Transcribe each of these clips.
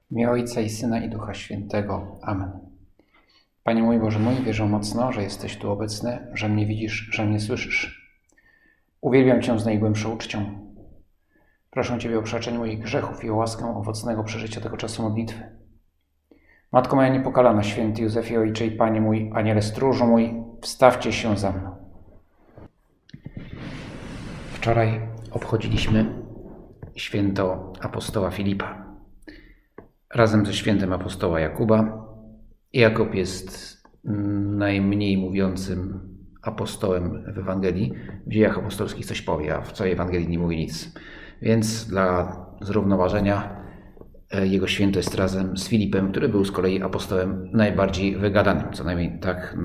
W imię Ojca i Syna i Ducha Świętego. Amen. Panie mój, Boże mój, wierzę mocno, że jesteś tu obecny, że mnie widzisz, że mnie słyszysz. Uwielbiam Cię z najgłębszą uczcią. Proszę Ciebie o przebaczenie moich grzechów i o łaskę owocnego przeżycia tego czasu modlitwy. Matko moja niepokalana, święty Józefie, Ojcze i Panie mój, Aniele stróżu mój, wstawcie się za mną. Wczoraj obchodziliśmy święto apostoła Filipa. Razem ze świętym apostoła Jakuba. Jakub jest najmniej mówiącym apostołem w Ewangelii. W Dziejach Apostolskich coś powie, a w całej Ewangelii nie mówi nic. Więc dla zrównoważenia jego święto jest razem z Filipem, który był z kolei apostołem najbardziej wygadanym. Co najmniej tak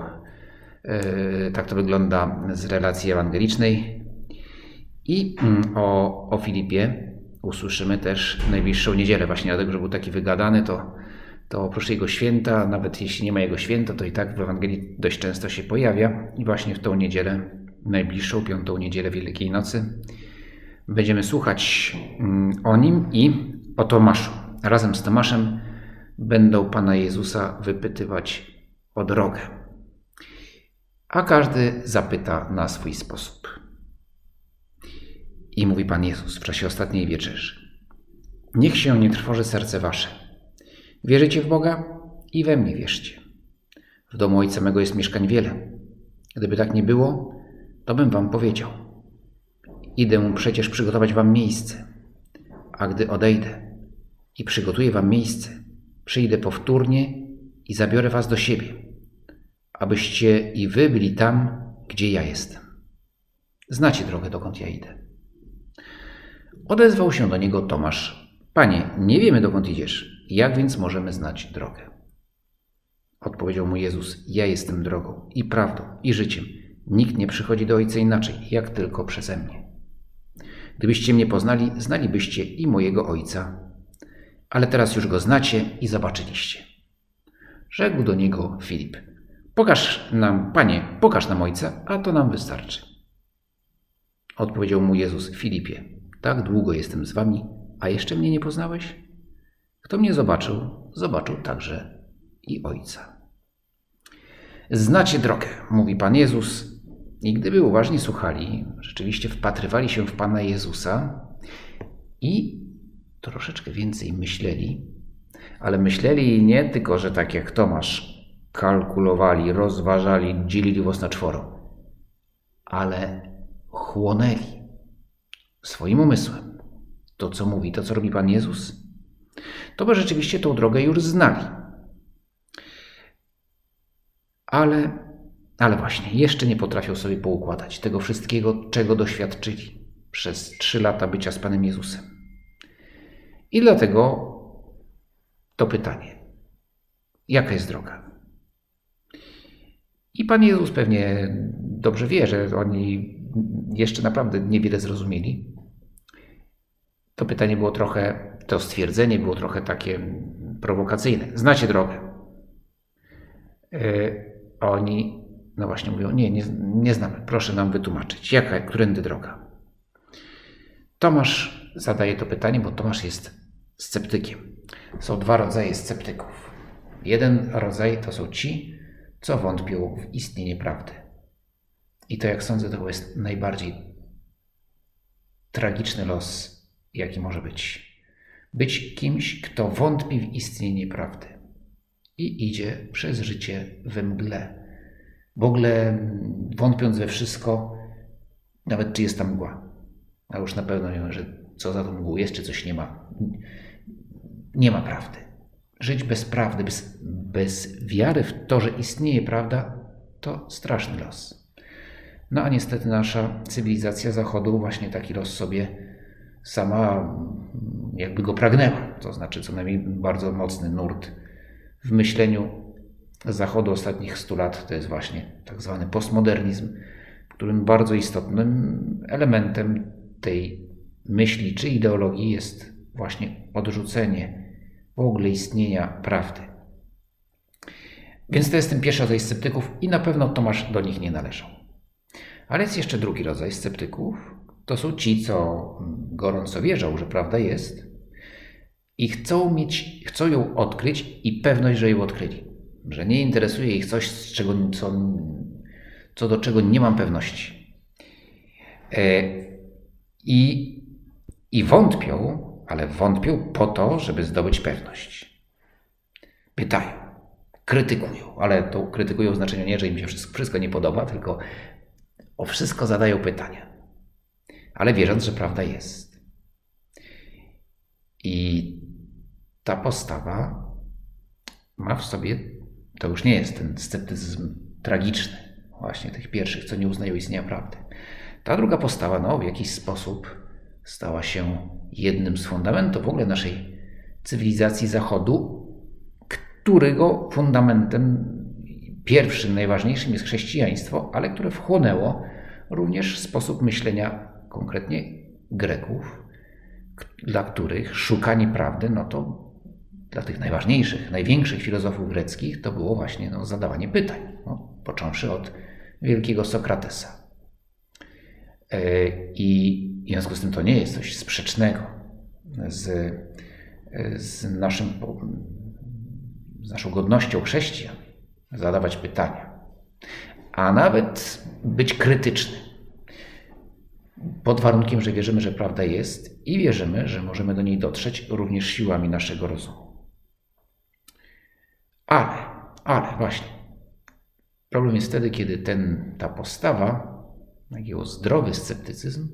to wygląda z relacji ewangelicznej. I o Filipie usłyszymy też w najbliższą niedzielę. Właśnie dlatego, że był taki wygadany, to oprócz jego święta, nawet jeśli nie ma jego święta, to i tak w Ewangelii dość często się pojawia. I właśnie w tą niedzielę, najbliższą, 5. niedzielę Wielkiej Nocy, będziemy słuchać o nim i o Tomaszu. Razem z Tomaszem będą Pana Jezusa wypytywać o drogę. A każdy zapyta na swój sposób. I mówi Pan Jezus w czasie ostatniej wieczerzy: niech się nie trwoży serce wasze. Wierzycie w Boga i we mnie wierzcie. W domu Ojca mego jest mieszkań wiele. Gdyby tak nie było, to bym wam powiedział. Idę przecież przygotować wam miejsce. A gdy odejdę i przygotuję wam miejsce, przyjdę powtórnie i zabiorę was do siebie, abyście i wy byli tam, gdzie ja jestem. Znacie drogę, dokąd ja idę. Odezwał się do niego Tomasz: Panie, nie wiemy, dokąd idziesz. Jak więc możemy znać drogę? Odpowiedział mu Jezus: ja jestem drogą i prawdą i życiem. Nikt nie przychodzi do Ojca inaczej, jak tylko przeze mnie. Gdybyście mnie poznali, znalibyście i mojego Ojca. Ale teraz już go znacie i zobaczyliście. Rzekł do niego Filip: pokaż nam, Panie, pokaż nam Ojca, a to nam wystarczy. Odpowiedział mu Jezus: Filipie, tak długo jestem z wami, a jeszcze mnie nie poznałeś? Kto mnie zobaczył także i Ojca. Znacie drogę, mówi Pan Jezus. I gdyby uważnie słuchali, rzeczywiście wpatrywali się w Pana Jezusa i troszeczkę więcej myśleli, ale myśleli nie tylko, że tak jak Tomasz, kalkulowali, rozważali, dzielili włos na czworo, ale chłonęli swoim umysłem to, co mówi, to, co robi Pan Jezus, to by rzeczywiście tą drogę już znali. Ale właśnie, jeszcze nie potrafią sobie poukładać tego wszystkiego, czego doświadczyli przez 3 lata bycia z Panem Jezusem. I dlatego to pytanie: jaka jest droga? I Pan Jezus pewnie dobrze wie, że oni jeszcze naprawdę niewiele zrozumieli. To pytanie było trochę, to stwierdzenie było trochę takie prowokacyjne. Znacie drogę. Oni, no właśnie mówią, nie znamy, proszę nam wytłumaczyć, którędy droga. Tomasz zadaje to pytanie, bo Tomasz jest sceptykiem. Są 2 rodzaje sceptyków. Jeden rodzaj to są ci, co wątpią w istnienie prawdy. I to, jak sądzę, to jest najbardziej tragiczny los, jaki może być. Być kimś, kto wątpi w istnienie prawdy i idzie przez życie we mgle. W ogóle wątpiąc we wszystko, nawet czy jest tam mgła. A już na pewno nie wiem, że co za tą mgłą jest, czy coś nie ma. Nie ma prawdy. Żyć bez prawdy, bez wiary w to, że istnieje prawda, to straszny los. No a niestety nasza cywilizacja Zachodu właśnie taki los sobie sama jakby go pragnęła. To znaczy co najmniej bardzo mocny nurt w myśleniu Zachodu ostatnich 100 lat to jest właśnie tak zwany postmodernizm, w którym bardzo istotnym elementem tej myśli czy ideologii jest właśnie odrzucenie w ogóle istnienia prawdy. Więc to jest ten pierwszy rodzaj sceptyków i na pewno Tomasz do nich nie należał. Ale jest jeszcze drugi rodzaj sceptyków. To są ci, co gorąco wierzą, że prawda jest, i chcą ją odkryć i pewność, że ją odkryli. Że nie interesuje ich coś, co do czego nie mam pewności. I wątpią, ale wątpią po to, żeby zdobyć pewność. Pytają, krytykują, ale to krytykują w znaczeniu nie, że im się wszystko nie podoba, tylko o wszystko zadają pytania. Ale wierząc, że prawda jest. I ta postawa ma w sobie, to już nie jest ten sceptycyzm tragiczny, właśnie tych pierwszych, co nie uznają istnienia prawdy. Ta druga postawa, w jakiś sposób stała się jednym z fundamentów w ogóle naszej cywilizacji Zachodu, którego fundamentem pierwszym, najważniejszym jest chrześcijaństwo, ale które wchłonęło również sposób myślenia konkretnie Greków, dla których szukanie prawdy, to dla tych najważniejszych, największych filozofów greckich to było właśnie zadawanie pytań, począwszy od wielkiego Sokratesa. I w związku z tym to nie jest coś sprzecznego z naszą godnością chrześcijan zadawać pytania, a nawet być krytyczny. Pod warunkiem, że wierzymy, że prawda jest i wierzymy, że możemy do niej dotrzeć również siłami naszego rozumu. Ale właśnie, problem jest wtedy, kiedy ta postawa, takiego zdrowy sceptycyzm,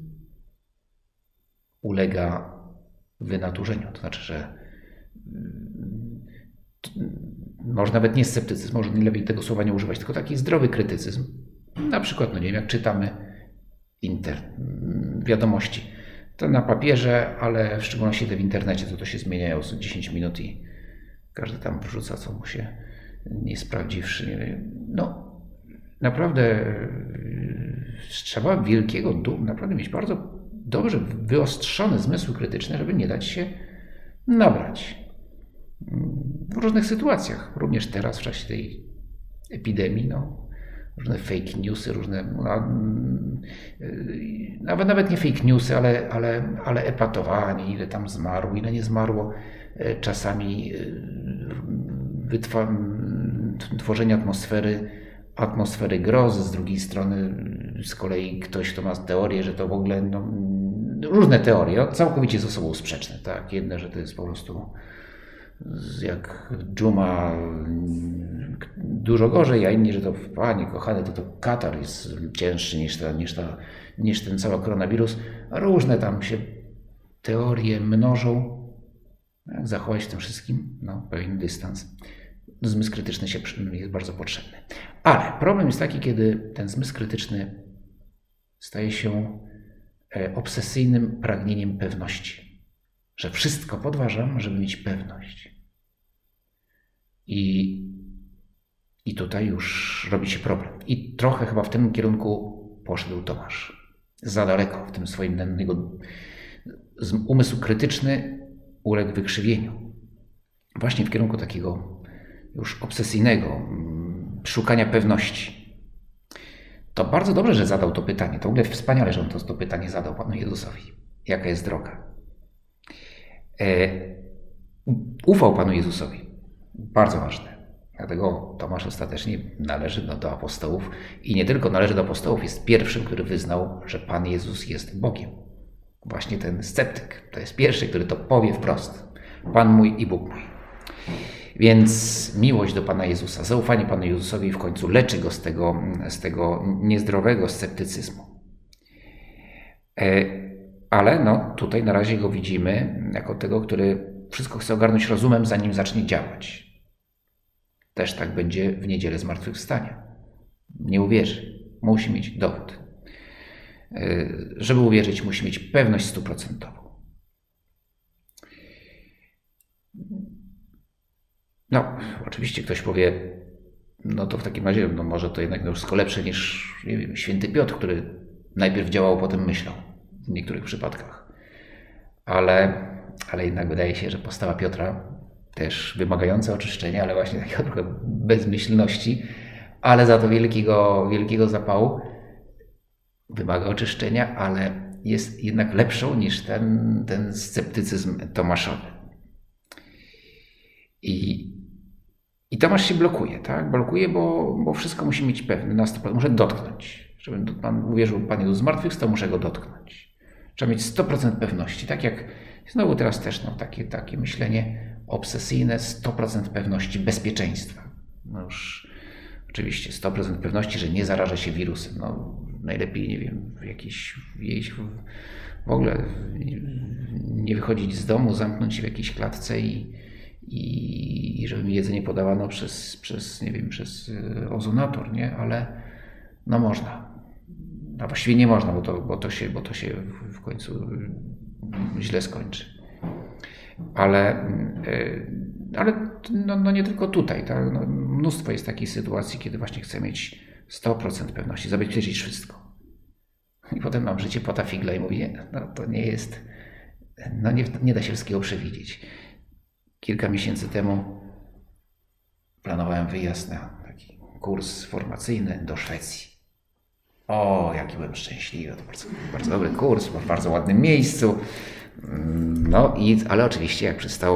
ulega wynaturzeniu. To znaczy, że może nawet nie sceptycyzm, może lepiej tego słowa nie używać, tylko taki zdrowy krytycyzm. Na przykład, jak czytamy wiadomości, to na papierze, ale w szczególności te w internecie, to się zmieniają co 10 minut i każdy tam wrzuca, co mu się nie sprawdziwszy. Naprawdę trzeba wielkiego ducha, naprawdę mieć bardzo dobrze wyostrzone zmysły krytyczne, żeby nie dać się nabrać. W różnych sytuacjach, również teraz w czasie tej epidemii, różne fake newsy, nawet nie fake newsy, ale epatowanie, ile tam zmarło, ile nie zmarło, czasami tworzenie atmosfery grozy, z drugiej strony z kolei ktoś, kto ma teorię, że to w ogóle, różne teorie, całkowicie ze sobą sprzeczne, tak, jedne, że to jest po prostu jak dżuma dużo gorzej, a inni, że to, panie kochane, to katar jest cięższy niż ten cały koronawirus. Różne tam się teorie mnożą. Jak zachować w tym wszystkim? Pewien dystans. Zmysł krytyczny jest bardzo potrzebny. Ale problem jest taki, kiedy ten zmysł krytyczny staje się obsesyjnym pragnieniem pewności. Że wszystko podważam, żeby mieć pewność. I tutaj już robi się problem. I trochę chyba w tym kierunku poszedł Tomasz. Za daleko w tym swoim umysł krytyczny uległ wykrzywieniu. Właśnie w kierunku takiego już obsesyjnego szukania pewności. To bardzo dobrze, że zadał to pytanie. To w ogóle wspaniale, że on to pytanie zadał Panu Jezusowi. Jaka jest droga? Ufał Panu Jezusowi. Bardzo ważne. Dlatego Tomasz ostatecznie należy do apostołów i nie tylko należy do apostołów, jest pierwszym, który wyznał, że Pan Jezus jest Bogiem. Właśnie ten sceptyk. To jest pierwszy, który to powie wprost. Pan mój i Bóg mój. Więc miłość do Pana Jezusa, zaufanie Panu Jezusowi w końcu leczy go z tego niezdrowego sceptycyzmu. Ale tutaj na razie go widzimy jako tego, który wszystko chce ogarnąć rozumem, zanim zacznie działać. Też tak będzie w niedzielę zmartwychwstania. Nie uwierzy. Musi mieć dowód. Żeby uwierzyć, musi mieć pewność 100%. Oczywiście ktoś powie, to w takim razie, może to jednak wszystko lepsze niż, nie wiem, święty Piotr, który najpierw działał, potem myślał w niektórych przypadkach. Ale jednak wydaje się, że postawa Piotra też wymagająca oczyszczenia, ale właśnie takiego trochę bezmyślności, ale za to wielkiego zapału, wymaga oczyszczenia, ale jest jednak lepszą niż ten sceptycyzm tomaszowy. I Tomasz się blokuje, tak? Blokuje, bo wszystko musi mieć pewne na 100%. Muszę dotknąć. Żeby Pan uwierzył, Pan Jezus zmartwychwstał, muszę Go dotknąć. Trzeba mieć 100% pewności. Tak jak znowu teraz też takie myślenie obsesyjne, 100% pewności bezpieczeństwa. No już oczywiście 100% pewności, że nie zarażę się wirusem. No, najlepiej, nie wiem, w ogóle nie wychodzić z domu, zamknąć się w jakiejś klatce i żeby mi jedzenie podawano przez ozonator, nie? Ale no można. A właściwie nie można, bo to się w końcu źle skończy. Ale nie tylko tutaj. Tak? No, mnóstwo jest takich sytuacji, kiedy właśnie chcę mieć 100% pewności, zabezpieczyć wszystko. I potem mam życie pota figla i mówię, no to nie jest, no nie da się wszystkiego przewidzieć. Kilka miesięcy temu planowałem wyjazd na taki kurs formacyjny do Szwecji. O, jaki byłem szczęśliwy. To bardzo dobry kurs, w bardzo ładnym miejscu. No ale oczywiście jak przystało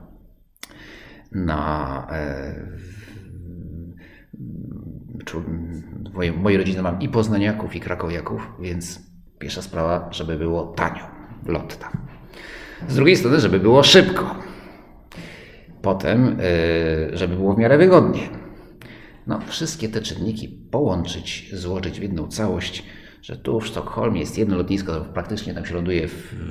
w mojej rodzinie mam i poznaniaków, i krakowiaków, więc pierwsza sprawa, żeby było tanio, lot tam. Z drugiej strony, żeby było szybko. Potem, żeby było w miarę wygodnie. No, wszystkie te czynniki połączyć, złożyć w jedną całość, że tu w Sztokholmie jest jedno lotnisko, to praktycznie tam się ląduje,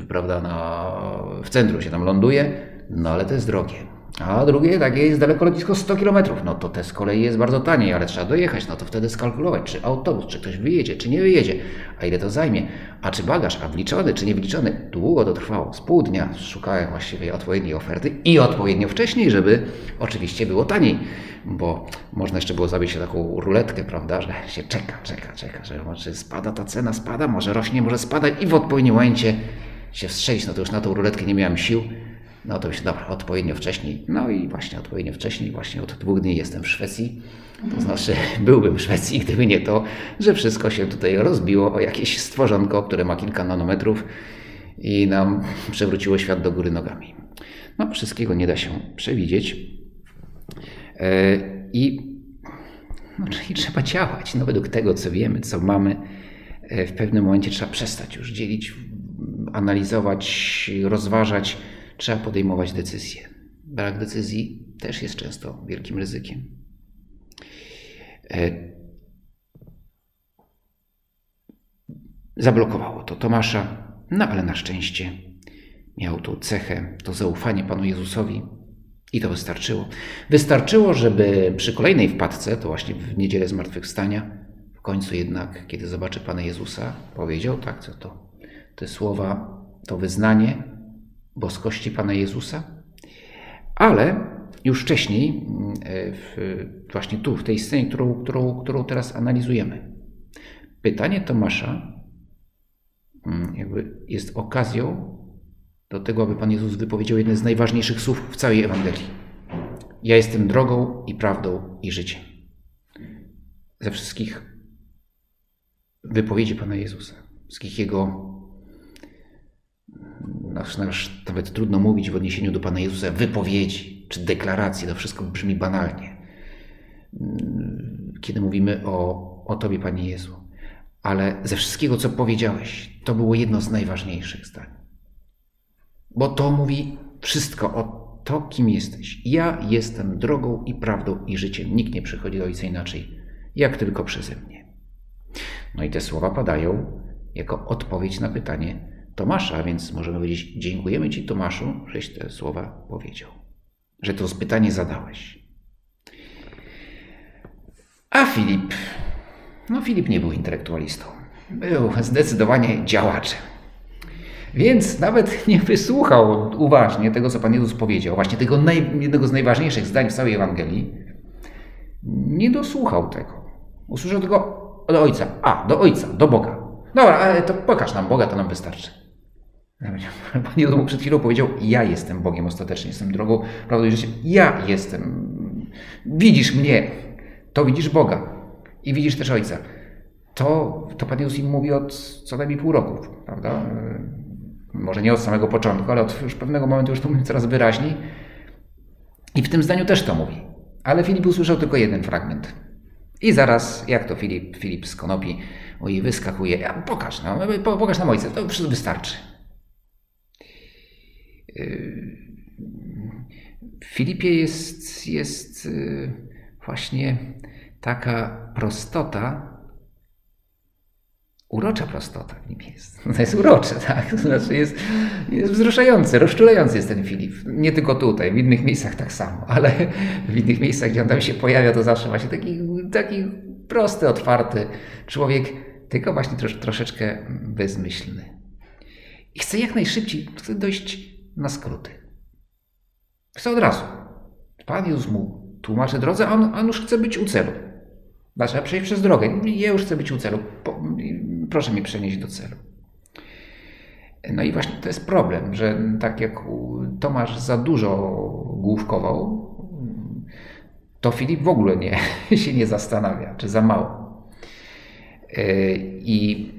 w centrum się tam ląduje, no ale to jest drogie. A drugie takie jest daleko lotnisko 100 km. No to te z kolei jest bardzo taniej, ale trzeba dojechać, no to wtedy skalkulować, czy autobus, czy ktoś wyjedzie, czy nie wyjedzie, a ile to zajmie, a czy bagaż, a wliczony, czy nie wliczony. Długo to trwało, z pół dnia szukałem właściwie odpowiedniej oferty i odpowiednio wcześniej, żeby oczywiście było taniej, bo można jeszcze było zrobić taką ruletkę, prawda, że się czeka, że może spada ta cena, może rośnie, może spada i w odpowiednim momencie się wstrzelić, no to już na tą ruletkę nie miałem sił. No to myślę, dobra, odpowiednio wcześniej. No i właśnie odpowiednio wcześniej, właśnie od 2 dni jestem w Szwecji. To znaczy byłbym w Szwecji, gdyby nie to, że wszystko się tutaj rozbiło o jakieś stworzonko, które ma kilka nanometrów i nam przewróciło świat do góry nogami. No wszystkiego nie da się przewidzieć. Czyli trzeba działać. No według tego, co wiemy, co mamy, w pewnym momencie trzeba przestać już dzielić, analizować, rozważać. Trzeba podejmować decyzje. Brak decyzji też jest często wielkim ryzykiem. Zablokowało to Tomasza, no ale na szczęście miał tą cechę, to zaufanie Panu Jezusowi i to wystarczyło. Wystarczyło, żeby przy kolejnej wpadce, to właśnie w niedzielę zmartwychwstania, w końcu jednak, kiedy zobaczy Pana Jezusa, powiedział, tak, co to? Te słowa, to wyznanie boskości Pana Jezusa, ale już wcześniej, właśnie tu, w tej scenie, którą teraz analizujemy, pytanie Tomasza jakby jest okazją do tego, aby Pan Jezus wypowiedział jedne z najważniejszych słów w całej Ewangelii. Ja jestem drogą i prawdą i życiem. Ze wszystkich wypowiedzi Pana Jezusa, wszystkich Jego, nawet trudno mówić w odniesieniu do Pana Jezusa, wypowiedzi czy deklaracji, to wszystko brzmi banalnie, kiedy mówimy o Tobie, Panie Jezu. Ale ze wszystkiego, co powiedziałeś, to było jedno z najważniejszych zdań. Bo to mówi wszystko o to, kim jesteś. Ja jestem drogą i prawdą i życiem. Nikt nie przychodzi do Ojca inaczej, jak tylko przeze mnie. No i te słowa padają jako odpowiedź na pytanie Tomasza, więc możemy powiedzieć, dziękujemy Ci, Tomaszu, żeś te słowa powiedział, że to pytanie zadałeś. A Filip nie był intelektualistą, był zdecydowanie działaczem. Więc nawet nie wysłuchał uważnie tego, co Pan Jezus powiedział, właśnie tego jednego z najważniejszych zdań w całej Ewangelii. Nie dosłuchał tego. Usłyszał tylko do Ojca, do Boga. Dobra, ale to pokaż nam Boga, to nam wystarczy. Pan Jezus mu przed chwilą powiedział, ja jestem Bogiem ostatecznie, jestem drogą, prawdą i życiem. Ja jestem. Widzisz mnie, to widzisz Boga i widzisz też Ojca. To Pan Jezus im mówi od co najmniej pół roku, prawda? Może nie od samego początku, ale od już pewnego momentu już to mówi coraz wyraźniej. I w tym zdaniu też to mówi. Ale Filip usłyszał tylko jeden fragment. I zaraz, jak to Filip z konopi, wyskakuje. Pokaż nam ojca, to wystarczy. W Filipie jest właśnie taka prostota, urocza prostota w nim jest. To jest urocze, tak? To znaczy jest wzruszający, rozczulający jest ten Filip. Nie tylko tutaj, w innych miejscach tak samo, ale w innych miejscach, gdzie on tam się pojawia, to zawsze właśnie taki prosty, otwarty człowiek, tylko właśnie troszeczkę bezmyślny. I chce jak najszybciej dojść na skróty. Chce od razu. Pan Jezus mu tłumaczy drodze, a on już chce być u celu. Trzeba przejść przez drogę. Ja już chcę być u celu. Proszę mnie przenieść do celu. No i właśnie to jest problem, że tak jak Tomasz za dużo główkował, to Filip w ogóle się nie zastanawia, czy za mało. I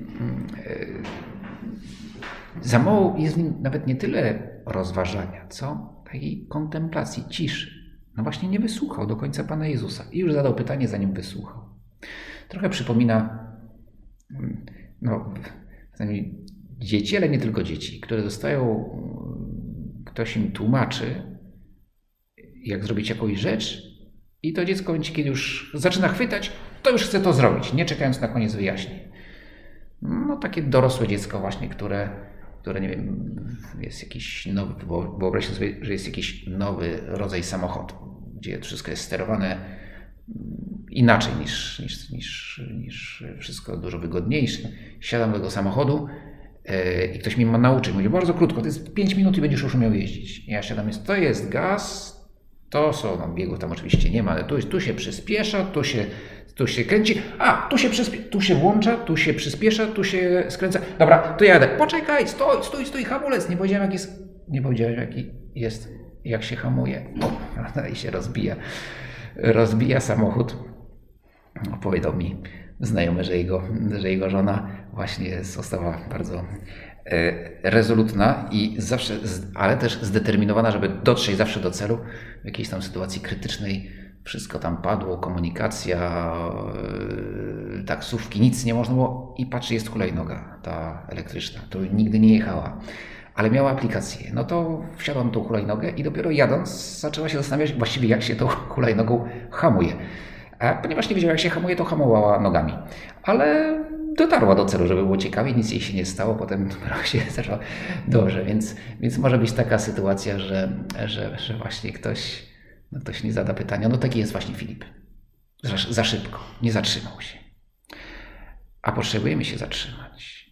za mało jest w nim nawet nie tyle rozważania, co takiej kontemplacji, ciszy. No właśnie nie wysłuchał do końca Pana Jezusa i już zadał pytanie, zanim wysłuchał. Trochę przypomina dzieci, ale nie tylko dzieci, które dostają, ktoś im tłumaczy, jak zrobić jakąś rzecz i to dziecko, kiedy już zaczyna chwytać, to już chce to zrobić, nie czekając na koniec wyjaśnień. No takie dorosłe dziecko właśnie, które nie wiem, jest jakiś nowy, wyobraźcie sobie, że jest jakiś nowy rodzaj samochodu, gdzie wszystko jest sterowane inaczej niż wszystko dużo wygodniejsze. Siadam do tego samochodu i ktoś mi ma nauczyć. Mówi, bardzo krótko, to jest 5 minut i będziesz już umiał jeździć. Ja siadam, to jest gaz, to są, biegów tam oczywiście nie ma, ale tu się przyspiesza, tu się kręci, tu się włącza, tu się przyspiesza, tu się skręca. Dobra, to jadę. Poczekaj, stój, hamulec. Nie powiedziałem jaki jest, jak się hamuje. I się rozbija samochód. Opowiadał mi znajomy, że jego żona właśnie została bardzo rezolutna i zawsze, ale też zdeterminowana, żeby dotrzeć zawsze do celu w jakiejś tam sytuacji krytycznej. Wszystko tam padło, komunikacja, taksówki, nic nie można było i patrzy, jest hulajnoga, ta elektryczna, to nigdy nie jechała, ale miała aplikację. No to wsiadłam tą hulajnogę i dopiero jadąc zaczęła się zastanawiać właściwie, jak się tą hulajnogą hamuje. A ponieważ nie wiedziała, jak się hamuje, to hamowała nogami. Ale dotarła do celu, żeby było ciekawie, nic jej się nie stało, potem się zaczęło dobrze, więc może być taka sytuacja, że właśnie ktoś nie zada pytania. No taki jest właśnie Filip. Za szybko, nie zatrzymał się. A potrzebujemy się zatrzymać.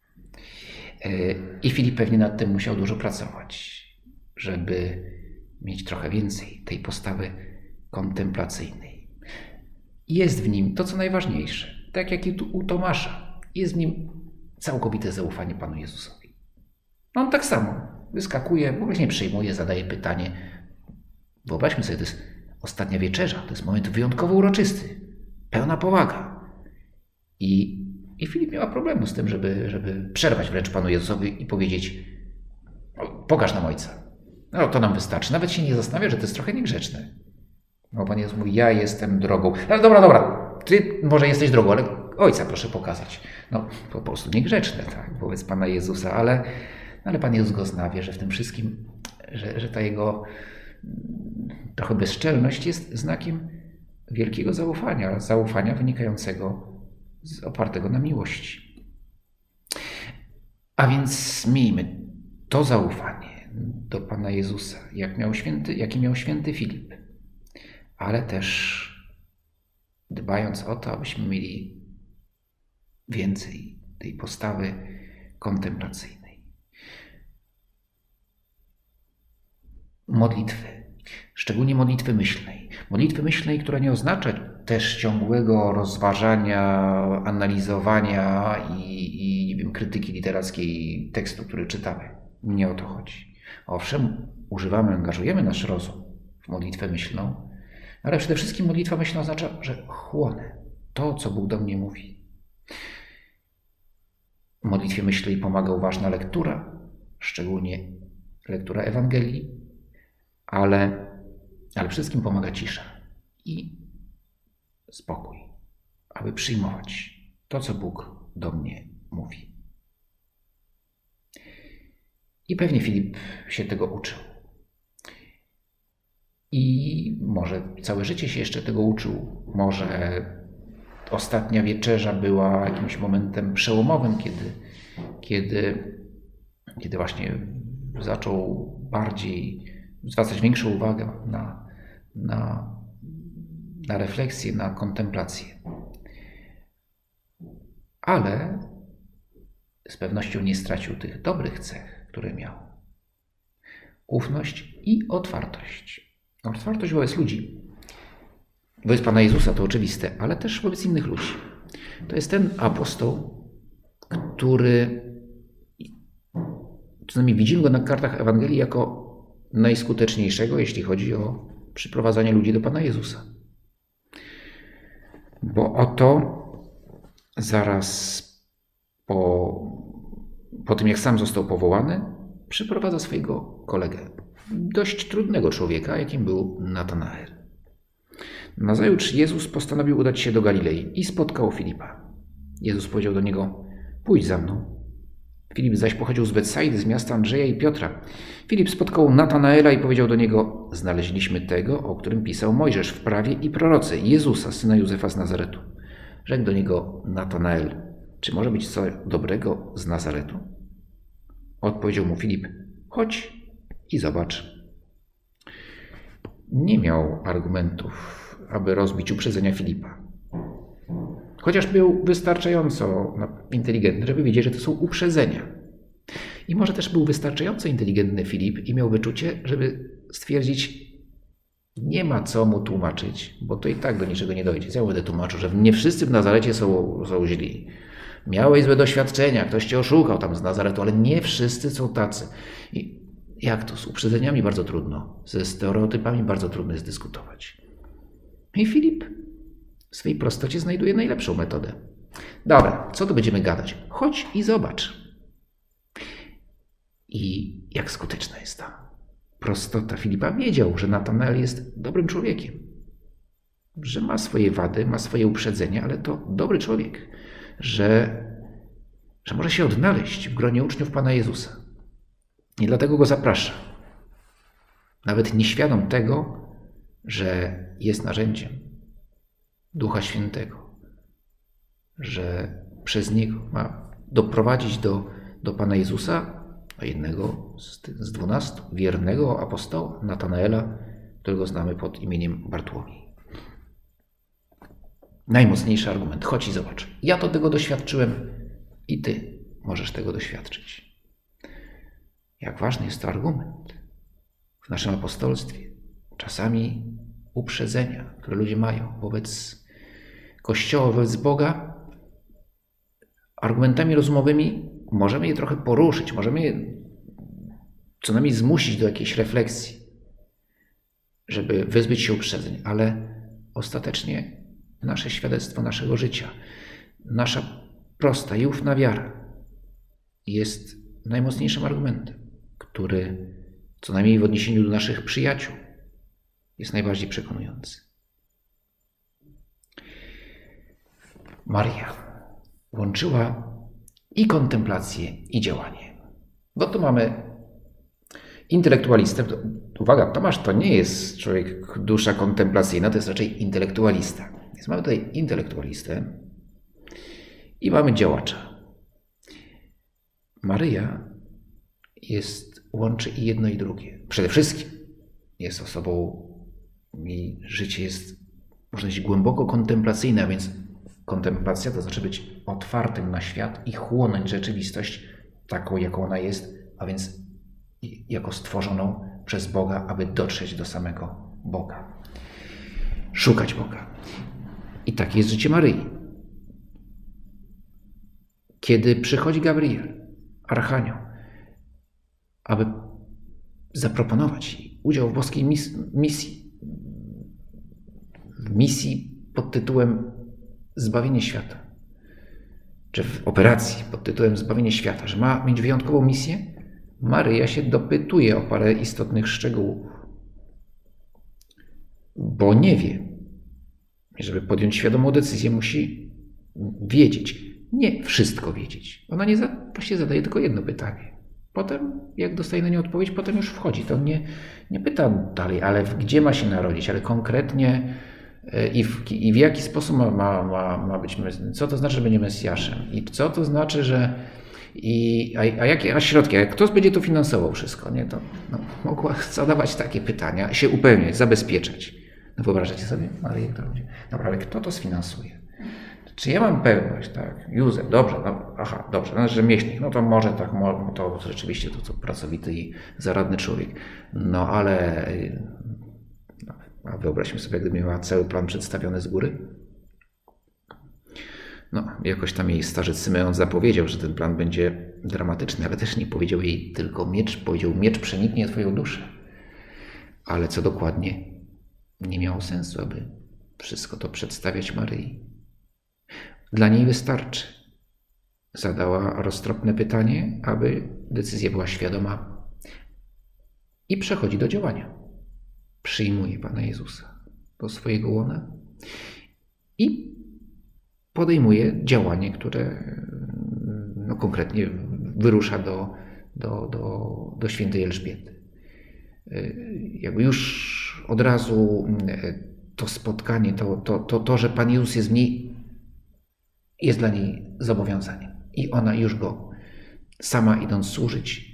I Filip pewnie nad tym musiał dużo pracować, żeby mieć trochę więcej tej postawy kontemplacyjnej. Jest w nim to, co najważniejsze, tak jak i u Tomasza, jest w nim całkowite zaufanie Panu Jezusowi. On tak samo wyskakuje, w ogóle nie przyjmuje, zadaje pytanie. Wyobraźmy sobie, to jest ostatnia wieczerza, to jest moment wyjątkowo uroczysty, pełna powaga. I Filip nie ma problemu z tym, żeby przerwać wręcz Panu Jezusowi i powiedzieć, pokaż nam Ojca. No to nam wystarczy. Nawet się nie zastanawia, że to jest trochę niegrzeczne. No Pan Jezus mówi, ja jestem drogą. Ale dobra, ty może jesteś drogą, ale Ojca proszę pokazać. No po prostu niegrzeczne, tak, wobec Pana Jezusa, ale Pan Jezus go zna, wie, że w tym wszystkim, że ta jego trochę bezczelność jest znakiem wielkiego zaufania wynikającego opartego na miłości. A więc miejmy to zaufanie do Pana Jezusa, jaki miał święty Filip, ale też dbając o to, abyśmy mieli więcej tej postawy kontemplacyjnej. Modlitwy, szczególnie modlitwy myślnej. Modlitwy myślnej, która nie oznacza też ciągłego rozważania, analizowania i nie wiem, krytyki literackiej tekstu, który czytamy. Nie o to chodzi. Owszem, angażujemy nasz rozum w modlitwę myślną, ale przede wszystkim modlitwa myślna oznacza, że chłonę to, co Bóg do mnie mówi. W modlitwie myślnej pomaga uważna lektura, szczególnie lektura Ewangelii, ale Ale wszystkim pomaga cisza i spokój, aby przyjmować to, co Bóg do mnie mówi. I pewnie Filip się tego uczył. I może całe życie się jeszcze tego uczył. Może ostatnia wieczerza była jakimś momentem przełomowym, kiedy właśnie zaczął bardziej zwracać większą uwagę na refleksję, na kontemplację. Ale z pewnością nie stracił tych dobrych cech, które miał. Ufność i otwartość. Otwartość wobec ludzi. Wobec Pana Jezusa to oczywiste, ale też wobec innych ludzi. To jest ten apostoł, który, przynajmniej widzimy go na kartach Ewangelii jako najskuteczniejszego, jeśli chodzi o przyprowadzanie ludzi do Pana Jezusa. Bo oto zaraz po tym, jak sam został powołany, przyprowadza swojego kolegę, dość trudnego człowieka, jakim był Natanael. Nazajutrz Jezus postanowił udać się do Galilei i spotkał Filipa. Jezus powiedział do niego: pójdź za mną. Filip zaś pochodził z Betsaidy, z miasta Andrzeja i Piotra. Filip spotkał Natanaela i powiedział do niego: znaleźliśmy tego, o którym pisał Mojżesz w prawie i prorocy, Jezusa, syna Józefa z Nazaretu. Rzekł do niego Natanael: czy może być coś dobrego z Nazaretu? Odpowiedział mu Filip: chodź i zobacz. Nie miał argumentów, aby rozbić uprzedzenia Filipa. Chociaż był wystarczająco inteligentny, żeby wiedzieć, że to są uprzedzenia. I może też był wystarczająco inteligentny Filip i miał wyczucie, żeby stwierdzić, nie ma co mu tłumaczyć, bo to i tak do niczego nie dojdzie. Ja będę tłumaczył, że nie wszyscy w Nazarecie są źli. Miałeś złe doświadczenia, ktoś cię oszukał tam z Nazaretu, ale nie wszyscy są tacy. I jak to? Z uprzedzeniami bardzo trudno, ze stereotypami bardzo trudno jest dyskutować. I Filip w swej prostocie znajduje najlepszą metodę. Dobra, co tu będziemy gadać? Chodź i zobacz. I jak skuteczna jest ta prostota Filipa. Wiedział, że Natanael jest dobrym człowiekiem. Że ma swoje wady, ma swoje uprzedzenia, ale to dobry człowiek. Że może się odnaleźć w gronie uczniów Pana Jezusa. I dlatego go zaprasza. Nawet nieświadom tego, że jest narzędziem Ducha Świętego. Że przez niego ma doprowadzić do Pana Jezusa, a jednego z 12, wiernego apostoła Natanaela, którego znamy pod imieniem Bartłomiej. Najmocniejszy argument. Chodź i zobacz. Ja to tego doświadczyłem i ty możesz tego doświadczyć. Jak ważny jest to argument w naszym apostolstwie. Czasami uprzedzenia, które ludzie mają wobec Kościoła, wobec Boga, argumentami rozumowymi możemy je trochę poruszyć, możemy je co najmniej zmusić do jakiejś refleksji, żeby wyzbyć się uprzedzeń, ale ostatecznie nasze świadectwo naszego życia, nasza prosta i ufna wiara jest najmocniejszym argumentem, który co najmniej w odniesieniu do naszych przyjaciół jest najbardziej przekonujący. Maria łączyła i kontemplację, i działanie. Bo tu mamy intelektualistę. Uwaga, Tomasz to nie jest człowiek, dusza kontemplacyjna, to jest raczej intelektualista. Więc mamy tutaj intelektualistę i mamy działacza. Maryja łączy i jedno, i drugie. Przede wszystkim jest osobą, jej życie jest, można powiedzieć, głęboko kontemplacyjne, a więc kontemplacja to znaczy być otwartym na świat i chłonąć rzeczywistość taką, jaką ona jest, a więc jako stworzoną przez Boga, aby dotrzeć do samego Boga. Szukać Boga. I takie jest życie Maryi. Kiedy przychodzi Gabriel, archanioł, aby zaproponować jej udział w boskiej misji, w misji pod tytułem Zbawienie świata, czy w operacji pod tytułem Zbawienie świata, że ma mieć wyjątkową misję, Maryja się dopytuje o parę istotnych szczegółów. bo nie wie. Żeby podjąć świadomą decyzję, musi wiedzieć. Nie wszystko wiedzieć. Ona właściwie zadaje tylko jedno pytanie. Potem, jak dostaje na nie odpowiedź, potem już wchodzi. To nie pyta dalej, ale gdzie ma się narodzić, ale konkretnie i w jaki sposób ma być, co to znaczy, że będzie Mesjaszem i co to znaczy, że a jakie środki, a kto będzie to finansował wszystko, nie? To mogła zadawać takie pytania, się upewniać, zabezpieczać. No wyobrażacie sobie, Maryję, która będzie, naprawdę, kto to sfinansuje? Czy ja mam pewność, tak? Józef, dobrze, dobrze, no, że Mieśnik, no to może tak, to rzeczywiście to pracowity i zaradny człowiek. No ale a wyobraźmy sobie, gdyby miała cały plan przedstawiony z góry. No, jakoś tam jej starzec Symeon zapowiedział, że ten plan będzie dramatyczny, ale też nie powiedział jej tylko miecz, powiedział miecz przeniknie twoją duszę. Ale co dokładnie? Nie miało sensu, aby wszystko to przedstawiać Maryi. Dla niej wystarczy. Zadała roztropne pytanie, aby decyzja była świadoma i przechodzi do działania. Przyjmuje Pana Jezusa do swojego łona i podejmuje działanie, które konkretnie wyrusza do świętej Elżbiety. Jakby już od razu to spotkanie, to, że Pan Jezus jest w niej, jest dla niej zobowiązaniem. I ona już go, sama idąc służyć,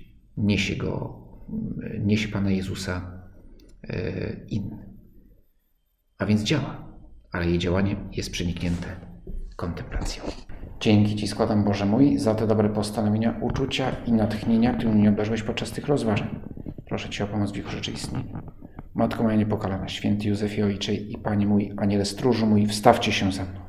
niesie Pana Jezusa inny. A więc działa, ale jej działanie jest przeniknięte kontemplacją. Dzięki Ci składam, Boże mój, za te dobre postanowienia, uczucia i natchnienia, którymi mnie obdarzyłeś podczas tych rozważań. Proszę Cię o pomoc w ich urzeczywistnieniu. Matko moja niepokalana, święty Józefie Ojcze i Panie mój, Aniele stróżu mój, wstawcie się za mną.